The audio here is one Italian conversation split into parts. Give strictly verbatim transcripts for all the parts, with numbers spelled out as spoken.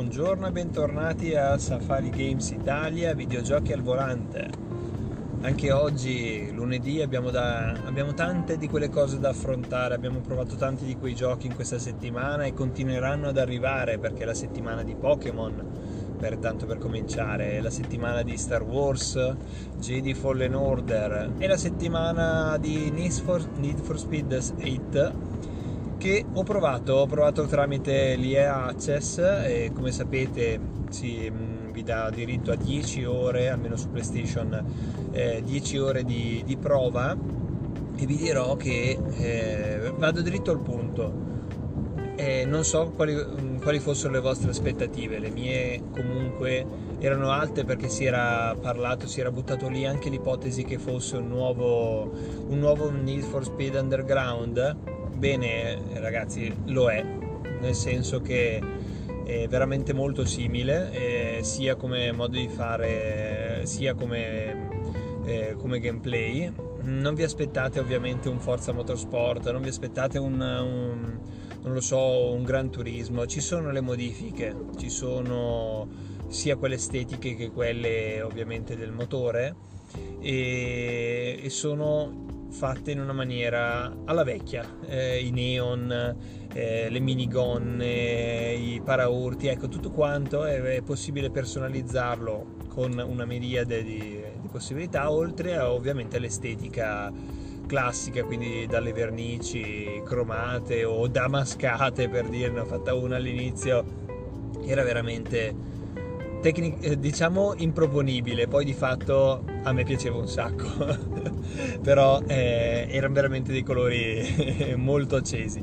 buongiorno e bentornati a Safari Games Italia, videogiochi al volante. Anche oggi, lunedì, abbiamo, da, abbiamo tante di quelle cose da affrontare, abbiamo provato tanti di quei giochi in questa settimana e continueranno ad arrivare perché è la settimana di Pokémon, per, tanto per cominciare, è la settimana di Star Wars, Jedi Fallen Order e la settimana di Need for, Need for Speed otto, che ho provato, ho provato tramite l'E A Access e come sapete si, mh, vi dà diritto a dieci ore, almeno su PlayStation, eh, dieci ore di, di prova, e vi dirò che eh, vado dritto al punto. Eh, non so quali, quali fossero le vostre aspettative, le mie comunque erano alte perché si era parlato, si era buttato lì anche l'ipotesi che fosse un nuovo, un nuovo Need for Speed Underground. Bene ragazzi, lo è, nel senso che è veramente molto simile, eh, sia come modo di fare sia come, eh, come gameplay. Non vi aspettate ovviamente un Forza Motorsport, non vi aspettate un, un non lo so, un Gran Turismo. Ci sono le modifiche, ci sono sia quelle estetiche che quelle ovviamente del motore, e, e sono fatte in una maniera alla vecchia, eh, i neon, eh, le minigonne, i paraurti, ecco, tutto quanto è, è possibile personalizzarlo con una miriade di, di possibilità, oltre a ovviamente all'estetica classica, quindi dalle vernici cromate o damascate, per dirne. Ho fatta una all'inizio, era veramente tecnic- diciamo improponibile, poi di fatto a me piaceva un sacco però eh, erano veramente dei colori molto accesi.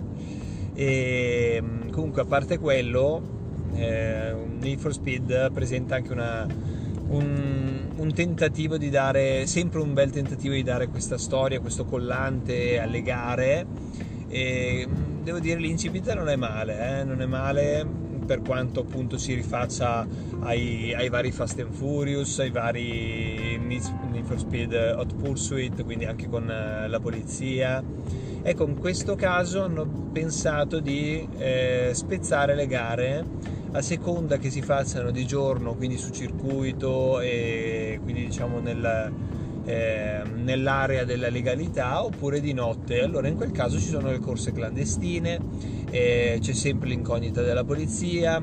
E comunque, a parte quello, eh, Need for Speed presenta anche una, un, un tentativo di dare, sempre un bel tentativo di dare questa storia, questo collante alle gare, e devo dire l'incipit non è male, eh? non è male, per quanto appunto si rifaccia ai, ai vari Fast and Furious, ai vari Need for Speed Hot Pursuit, quindi anche con la polizia. Ecco, in questo caso hanno pensato di eh, spezzare le gare a seconda che si facciano di giorno, quindi su circuito e quindi diciamo nel, eh, nell'area della legalità, oppure di notte. Allora in quel caso ci sono le corse clandestine, eh, c'è sempre l'incognita della polizia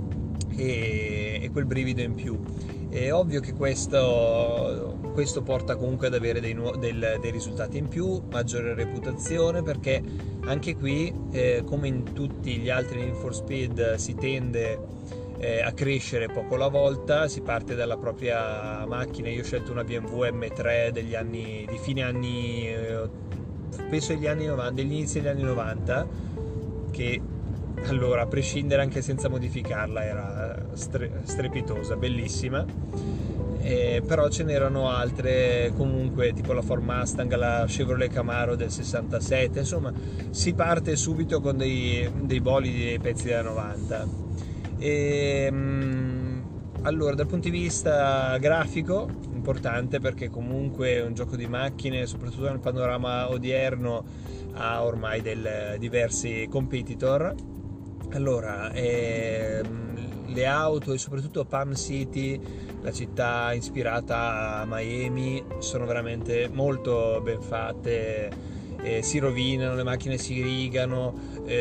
e, e quel brivido in più. È ovvio che questo, questo porta comunque ad avere dei, del, dei risultati in più, maggiore reputazione, perché anche qui, eh, come in tutti gli altri Need for Speed, si tende eh, a crescere poco alla volta. Si parte dalla propria macchina. Io ho scelto una B M W M tre degli anni, di fine anni, eh, penso degli anni novanta, degli inizi degli anni novanta, che allora, a prescindere, anche senza modificarla, era stre- strepitosa, bellissima. Eh, però ce n'erano altre comunque, tipo la Ford Mustang, la Chevrolet Camaro del sessantasette. Insomma, si parte subito con dei, dei bolidi, dei pezzi della novanta. E, mh, allora, dal punto di vista grafico, importante, perché comunque è un gioco di macchine, soprattutto nel panorama odierno, ha ormai del, diversi competitor. Allora, ehm, le auto e soprattutto Palm City, la città ispirata a Miami, sono veramente molto ben fatte, eh, si rovinano, le macchine si rigano,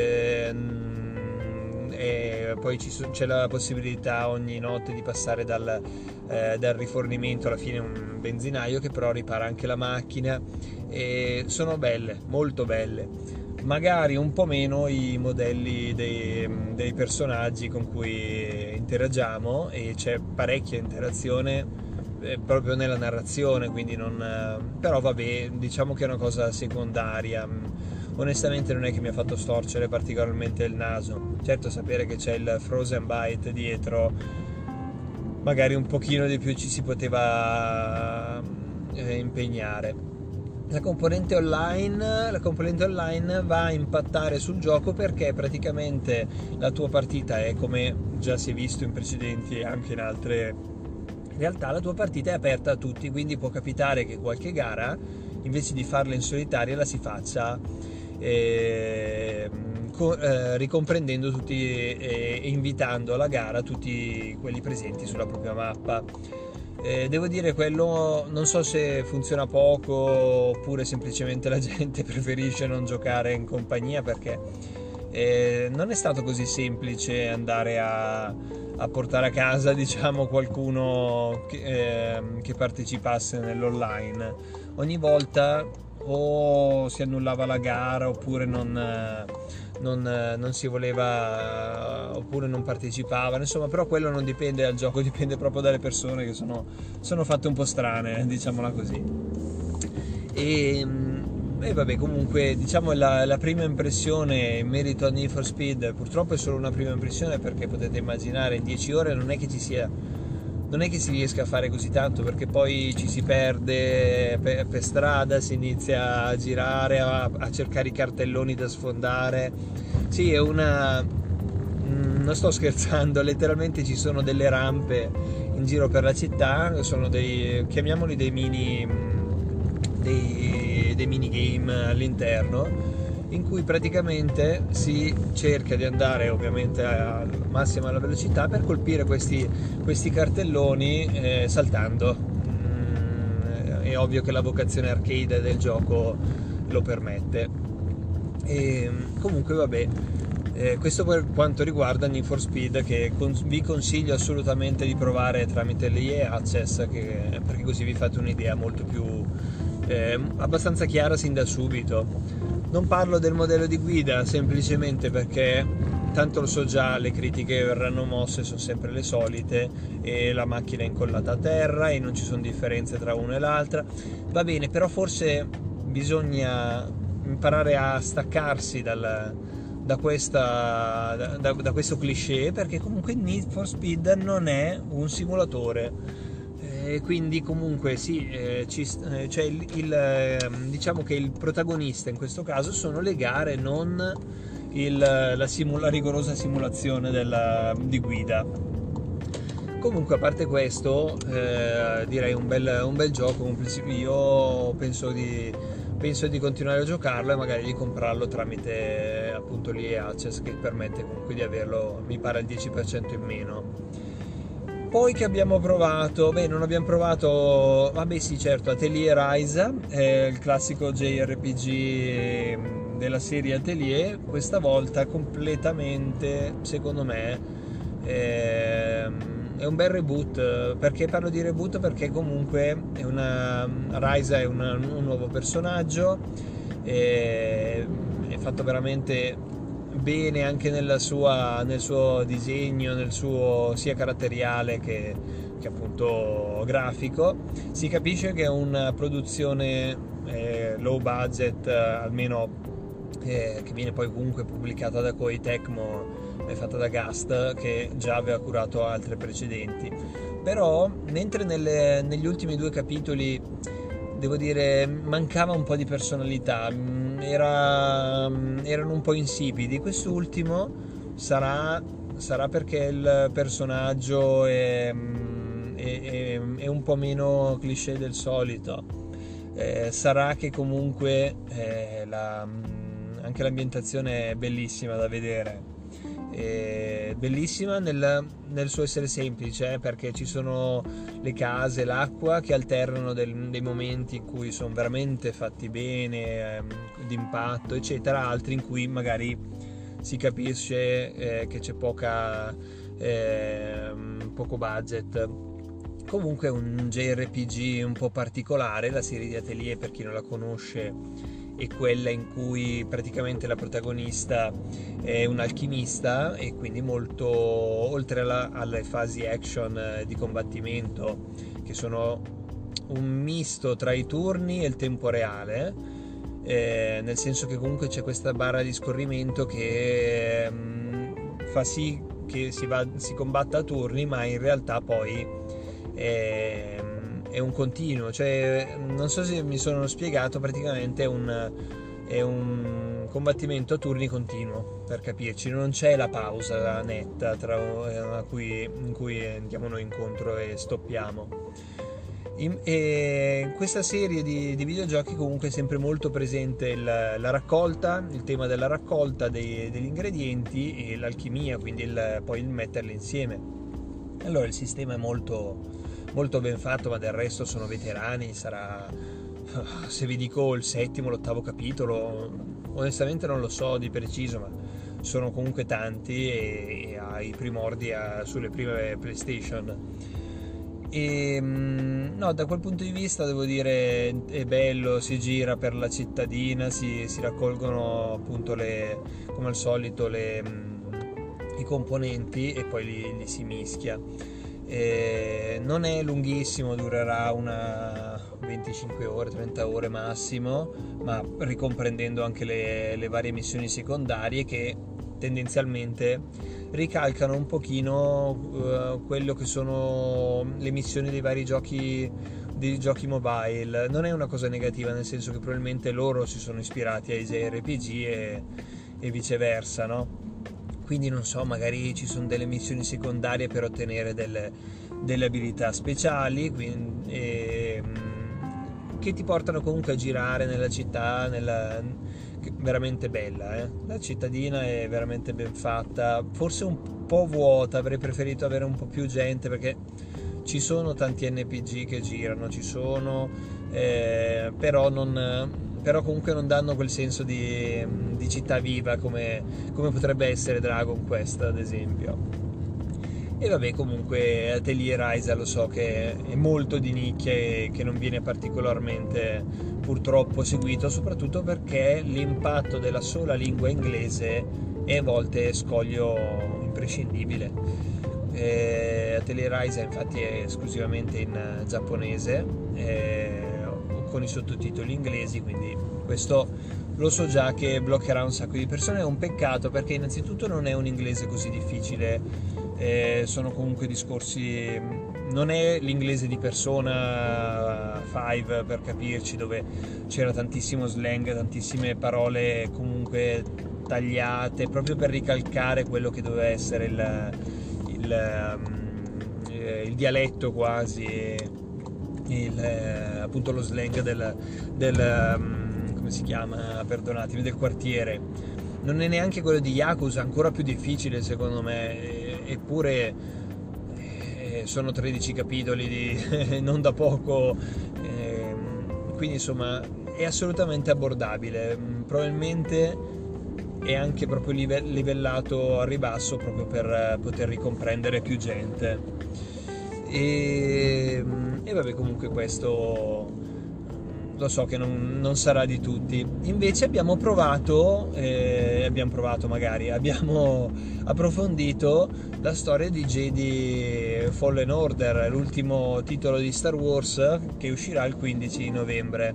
ehm, e poi ci so, c'è la possibilità ogni notte di passare dal, eh, dal rifornimento, alla fine un benzinaio che però ripara anche la macchina, e sono belle, molto belle. Magari un po' meno i modelli dei, dei personaggi con cui interagiamo, e c'è parecchia interazione eh, proprio nella narrazione, quindi non, eh, però vabbè, diciamo che è una cosa secondaria. Onestamente non è che mi ha fatto storcere particolarmente il naso. Certo, sapere che c'è il Frozen Byte dietro, magari un pochino di più ci si poteva eh, impegnare. La componente online, la componente online va a impattare sul gioco, perché praticamente la tua partita è, come già si è visto in precedenti e anche in altre realtà, la tua partita è aperta a tutti, quindi può capitare che qualche gara, invece di farla in solitaria, la si faccia eh, co- eh, ricomprendendo tutti e eh, invitando alla gara tutti quelli presenti sulla propria mappa. Eh, devo dire, quello non so se funziona poco oppure semplicemente la gente preferisce non giocare in compagnia, perché eh, non è stato così semplice andare a, a portare a casa, diciamo, qualcuno che, eh, che partecipasse nell'online. Ogni volta o si annullava la gara oppure non, non, non si voleva, oppure non partecipavano, insomma. Però quello non dipende dal gioco, dipende proprio dalle persone, che sono, sono fatte un po' strane, diciamola così. E, e vabbè, comunque, diciamo, la, la prima impressione in merito a Need for Speed purtroppo è solo una prima impressione, perché potete immaginare in dieci ore non è che ci sia non è che si riesca a fare così tanto, perché poi ci si perde per, per strada, si inizia a girare, a, a cercare i cartelloni da sfondare. Sì, è una... non sto scherzando, letteralmente ci sono delle rampe in giro per la città, sono dei, chiamiamoli dei mini, dei, dei minigame all'interno, in cui praticamente si cerca di andare ovviamente al massimo alla velocità per colpire questi, questi cartelloni eh, saltando. Mm, è ovvio che la vocazione arcade del gioco lo permette. E comunque vabbè, eh, questo per quanto riguarda Need for Speed, che cons- vi consiglio assolutamente di provare tramite l'E A Access, che, perché così vi fate un'idea molto più eh, abbastanza chiara sin da subito. Non parlo del modello di guida semplicemente perché tanto lo so già, le critiche che verranno mosse sono sempre le solite, e la macchina è incollata a terra e non ci sono differenze tra una e l'altra. Va bene, però forse bisogna imparare a staccarsi dal, da, questa, da, da questo cliché, perché comunque Need for Speed non è un simulatore. E quindi comunque sì, eh, ci, eh, cioè il, il, eh, diciamo che il protagonista in questo caso sono le gare, non il, la, simula, la rigorosa simulazione della, di guida. Comunque, a parte questo, eh, direi un bel, un bel gioco. Io penso di, penso di continuare a giocarlo e magari di comprarlo tramite appunto l'E A Access, che permette comunque di averlo, mi pare, al dieci per cento in meno. Poi che abbiamo provato? Beh, non abbiamo provato, vabbè sì, certo, Atelier Ryza, eh, il classico J R P G della serie Atelier, questa volta completamente, secondo me, eh, è un bel reboot. Perché parlo di reboot? Perché comunque è una, Ryza è una, un nuovo personaggio, è, è fatto veramente bene anche nella sua, nel suo disegno, nel suo sia caratteriale che, che appunto grafico. Si capisce che è una produzione eh, low budget, eh, almeno eh, che viene poi comunque pubblicata da Koei Tecmo, è fatta da Gast, che già aveva curato altre precedenti. Però mentre nelle, negli ultimi due capitoli, devo dire, mancava un po' di personalità, era, erano un po' insipidi, quest'ultimo sarà, sarà perché il personaggio è, è, è un po' meno cliché del solito, eh, sarà che comunque eh, la, anche l'ambientazione è bellissima da vedere. È bellissima nel, nel suo essere semplice, eh, perché ci sono le case, l'acqua che alternano del, dei momenti in cui sono veramente fatti bene, ehm, d'impatto eccetera, altri in cui magari si capisce eh, che c'è poca eh, poco budget. Comunque è un J R P G un po' particolare. La serie di Atelier, per chi non la conosce, è quella in cui praticamente la protagonista è un alchimista, e quindi molto, oltre alla, alle fasi action eh, di combattimento, che sono un misto tra i turni e il tempo reale, eh, nel senso che comunque c'è questa barra di scorrimento che mh, fa sì che si, va, si combatta a turni, ma in realtà poi è, è un continuo, cioè non so se mi sono spiegato, praticamente è un, è un combattimento a turni continuo, per capirci, non c'è la pausa netta tra, a cui, in cui andiamo noi incontro e stoppiamo. In, e in questa serie di, di videogiochi comunque è sempre molto presente il, la raccolta, il tema della raccolta dei, degli ingredienti e l'alchimia, quindi il, poi il metterli insieme. Allora il sistema è molto, molto ben fatto, ma del resto sono veterani, sarà, se vi dico il settimo, l'ottavo capitolo, onestamente non lo so di preciso, ma sono comunque tanti e, e ha i primordi a, sulle prime PlayStation. E no, da quel punto di vista devo dire è bello, si gira per la cittadina, si, si raccolgono appunto le, come al solito le, i componenti e poi li, li si mischia. E non è lunghissimo, durerà una venticinque ore, trenta ore massimo, ma ricomprendendo anche le, le varie missioni secondarie che tendenzialmente ricalcano un pochino uh, quello che sono le missioni dei vari giochi dei giochi mobile. Non è una cosa negativa, nel senso che probabilmente loro si sono ispirati ai J R P G e, e viceversa, no? Quindi non so, magari ci sono delle missioni secondarie per ottenere delle, delle abilità speciali, quindi, e, che ti portano comunque a girare nella città, nella, veramente bella, eh? La cittadina è veramente ben fatta, forse un po' vuota, avrei preferito avere un po' più gente perché ci sono tanti N P G che girano, ci sono, eh, però, non, però comunque non danno quel senso di, di città viva come, come potrebbe essere Dragon Quest ad esempio. E vabbè, comunque Atelier Ryza lo so che è molto di nicchia e che non viene particolarmente purtroppo seguito, soprattutto perché l'impatto della sola lingua inglese è a volte scoglio imprescindibile. Eh, Atelier Ryza infatti è esclusivamente in giapponese, eh, con i sottotitoli inglesi, quindi questo lo so già che bloccherà un sacco di persone. È un peccato perché innanzitutto non è un inglese così difficile. Eh, sono comunque discorsi, non è l'inglese di Persona cinque per capirci, dove c'era tantissimo slang, tantissime parole comunque tagliate proprio per ricalcare quello che doveva essere il, il, um, il dialetto quasi, il, appunto lo slang del, del um, come si chiama, perdonatemi, del quartiere. Non è neanche quello di Yakuza, ancora più difficile secondo me, eppure eh, sono tredici capitoli di, non da poco, eh, quindi insomma è assolutamente abbordabile, probabilmente è anche proprio livellato a ribasso proprio per poter ricomprendere più gente. E, e vabbè, comunque questo lo so che non, non sarà di tutti. Invece abbiamo provato, eh, abbiamo provato magari, abbiamo approfondito la storia di Jedi Fallen Order, l'ultimo titolo di Star Wars che uscirà il quindici novembre.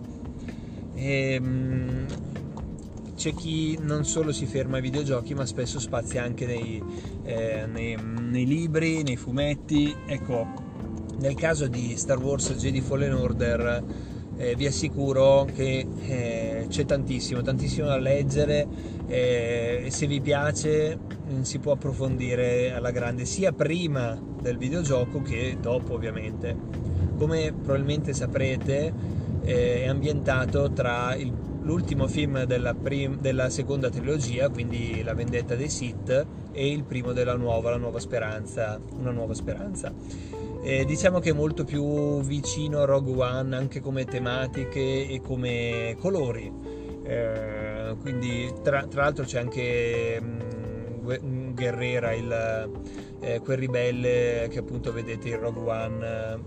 E, mh, c'è chi non solo si ferma ai videogiochi, ma spesso spazia anche nei, eh, nei, nei libri, nei fumetti. Ecco, nel caso di Star Wars Jedi Fallen Order, Eh, vi assicuro che eh, c'è tantissimo, tantissimo da leggere, eh, e se vi piace mh, si può approfondire alla grande sia prima del videogioco che dopo, ovviamente. Come probabilmente saprete, eh, è ambientato tra il, l'ultimo film della, prim- della seconda trilogia, quindi La vendetta dei Sith, e il primo della nuova, La nuova speranza, Una nuova speranza. Eh, diciamo che è molto più vicino a Rogue One anche come tematiche e come colori, eh, quindi tra, tra l'altro c'è anche mh, Guerrera, il, eh, quel ribelle che appunto vedete in Rogue One.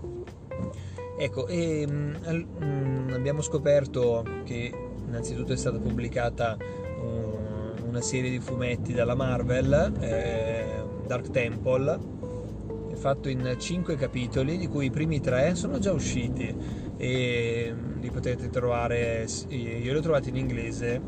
Ecco, e mh, mh, abbiamo scoperto che innanzitutto è stata pubblicata um, una serie di fumetti dalla Marvel, eh, Dark Temple, fatto in cinque capitoli, di cui i primi tre sono già usciti e li potete trovare, io li ho trovati in inglese,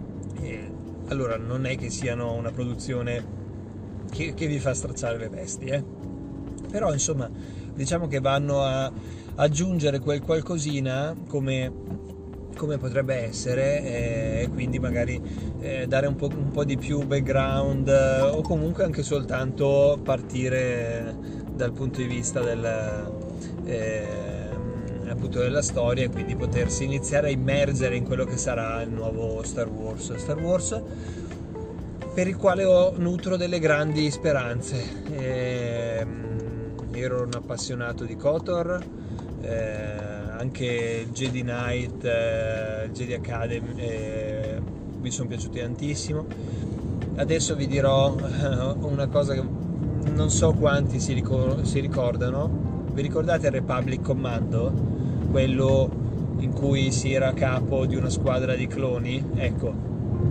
e allora non è che siano una produzione che, che vi fa stracciare le vesti, eh? Però insomma diciamo che vanno a aggiungere quel qualcosina come, come potrebbe essere, e eh, quindi magari eh, dare un po', un po' di più background, eh, o comunque anche soltanto partire dal punto di vista del, eh, appunto della storia, e quindi potersi iniziare a immergere in quello che sarà il nuovo Star Wars. Star Wars per il quale ho nutro delle grandi speranze. E, ero un appassionato di KOTOR, eh, anche Jedi Knight, eh, Jedi Academy, eh, mi sono piaciuti tantissimo. Adesso vi dirò una cosa che non so quanti si, ricor- si ricordano. Vi ricordate il Republic Commando? Quello in cui si era capo di una squadra di cloni? Ecco,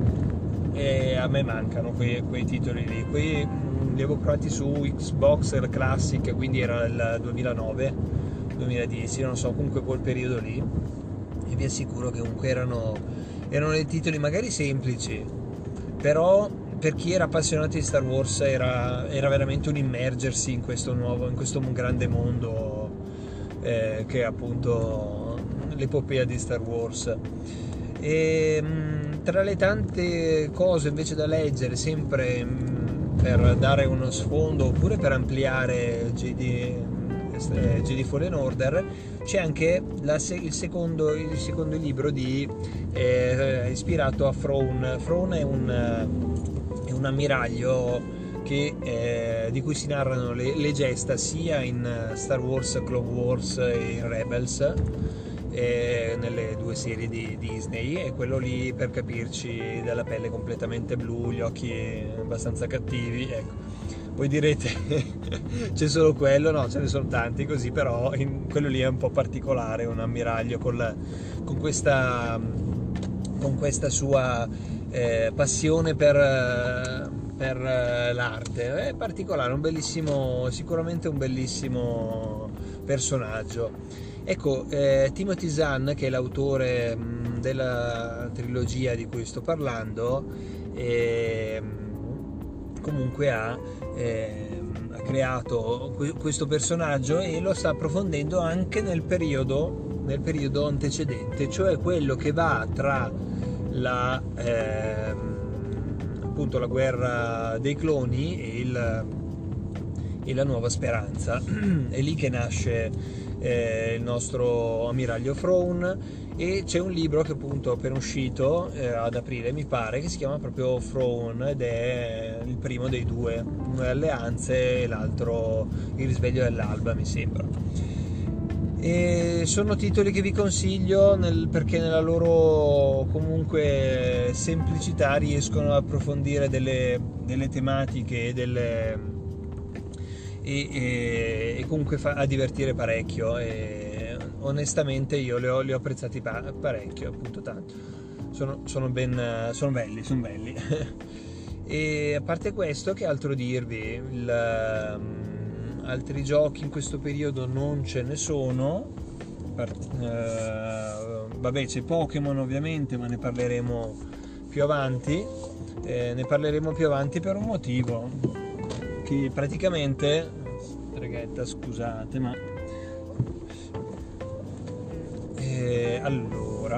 e a me mancano quei, quei titoli lì. Qui li avevo provati su Xbox Classic, quindi era il duemilanove duemiladieci, non so, comunque quel periodo lì, e vi assicuro che comunque erano, erano dei titoli magari semplici, però per chi era appassionato di Star Wars era, era veramente un immergersi in questo nuovo, in questo grande mondo eh, che è appunto l'epopea di Star Wars. E tra le tante cose invece da leggere, sempre per dare uno sfondo oppure per ampliare Jedi, Jedi Fallen Order, c'è anche la, il, secondo, il secondo libro di, eh, ispirato a Thrawn. Thrawn è un, è un ammiraglio che, eh, di cui si narrano le, le gesta sia in Star Wars, Clone Wars e in Rebels, eh, nelle due serie di Disney, e quello lì, per capirci, dalla pelle completamente blu, gli occhi abbastanza cattivi, ecco. Voi direte c'è solo quello? No, ce ne sono tanti così, però in, quello lì è un po' particolare, un ammiraglio con, la, con, questa, con questa sua eh, passione per, per l'arte. È particolare, un bellissimo, sicuramente un bellissimo personaggio. Ecco, eh, Timothy Zahn, che è l'autore mh, della trilogia di cui sto parlando, eh, comunque ha, eh, ha creato questo personaggio e lo sta approfondendo anche nel periodo, nel periodo antecedente, cioè quello che va tra la, eh, appunto la guerra dei cloni e, il, e la nuova speranza. È lì che nasce eh, il nostro ammiraglio Thrawn, e c'è un libro che appunto è appena uscito eh, ad aprile, mi pare, che si chiama proprio Thrawn, ed è il primo dei due, uno è Alleanze e l'altro Il risveglio dell'alba, mi sembra. E sono titoli che vi consiglio nel, perché nella loro comunque semplicità riescono ad approfondire delle, delle tematiche e delle E, e, e comunque fa, a divertire parecchio, e onestamente io li ho, li ho apprezzati parecchio, appunto tanto. Sono, sono ben sono belli, sono belli. E a parte questo, che altro dirvi? Il, um, altri giochi in questo periodo non ce ne sono. Uh, vabbè, c'è Pokémon ovviamente, ma ne parleremo più avanti. Eh, ne parleremo più avanti per un motivo. Che praticamente, streghetta, scusate, ma eh, allora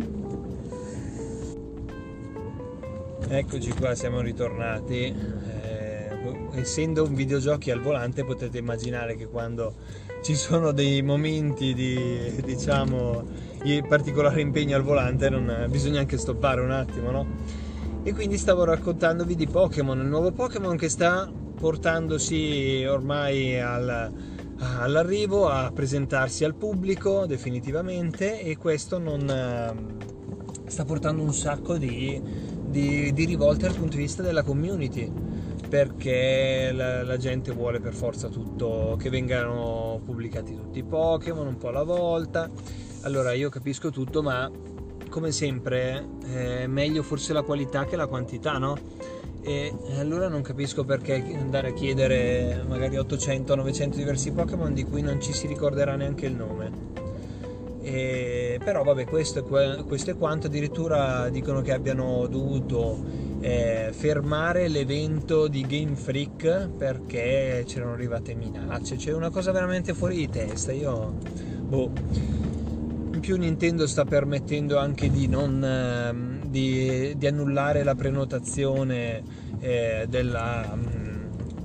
eccoci qua, siamo ritornati. Eh, essendo un videogiochi al volante, potete immaginare che quando ci sono dei momenti di, diciamo, di particolare impegno al volante, non, bisogna anche stoppare un attimo, no? E quindi stavo raccontandovi di Pokémon, il nuovo Pokémon che sta portandosi ormai al, all'arrivo, a presentarsi al pubblico definitivamente, e questo non sta portando un sacco di, di, di rivolte dal punto di vista della community, perché la, la gente vuole per forza tutto, che vengano pubblicati tutti i Pokémon un po' alla volta. Allora io capisco tutto, ma come sempre è meglio forse la qualità che la quantità, no? E allora non capisco perché andare a chiedere magari ottocento novecento diversi Pokémon di cui non ci si ricorderà neanche il nome. E, però vabbè, questo è, questo è quanto. Addirittura dicono che abbiano dovuto eh, fermare l'evento di Game Freak perché c'erano arrivate minacce, c'è una cosa veramente fuori di testa. Io boh. In più Nintendo sta permettendo anche di non di, di annullare la prenotazione eh, della,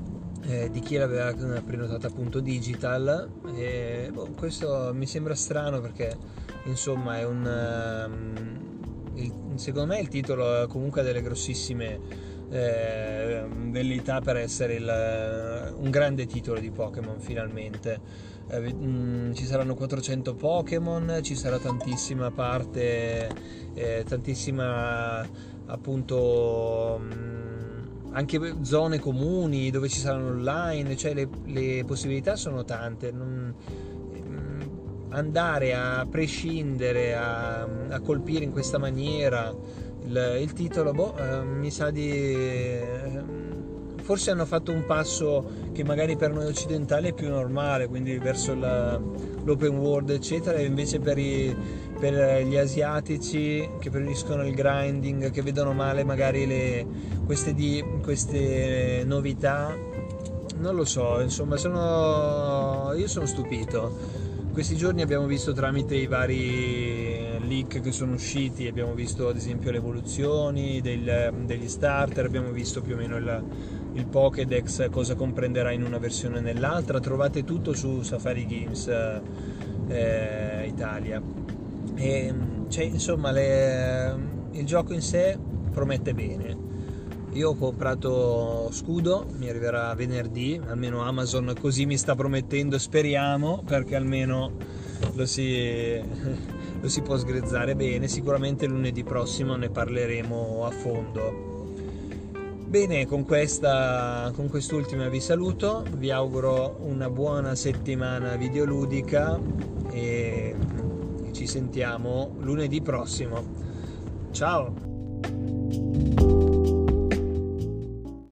eh, di chi l'aveva prenotata appunto digital. E boh, questo mi sembra strano perché insomma è un um, il, secondo me il titolo comunque ha delle grossissime eh, velleità per essere il, un grande titolo di Pokémon finalmente. Eh, mh, ci saranno quattrocento Pokémon, ci sarà tantissima parte, eh, tantissima appunto mh, anche zone comuni dove ci saranno online, cioè le, le possibilità sono tante. Non, mh, andare a prescindere, a, a colpire in questa maniera il, il titolo, boh, eh, mi sa di... Eh, forse hanno fatto un passo che magari per noi occidentali è più normale, quindi verso la, l'open world eccetera, e invece per, i, per gli asiatici che preferiscono il grinding, che vedono male magari le, queste, di, queste novità, non lo so, insomma sono, io sono stupito. Questi giorni abbiamo visto tramite i vari leak che sono usciti, abbiamo visto ad esempio le evoluzioni del, degli starter, abbiamo visto più o meno il, il Pokédex, cosa comprenderà in una versione o nell'altra. Trovate tutto su Safari Games eh, Italia. E, cioè, insomma, le, il gioco in sé promette bene. Io ho comprato Scudo, mi arriverà venerdì, almeno Amazon così mi sta promettendo, speriamo, perché almeno lo si, lo si può sgrezzare bene. Sicuramente lunedì prossimo ne parleremo a fondo. Bene, con questa, con quest'ultima vi saluto, vi auguro una buona settimana videoludica e ci sentiamo lunedì prossimo. Ciao!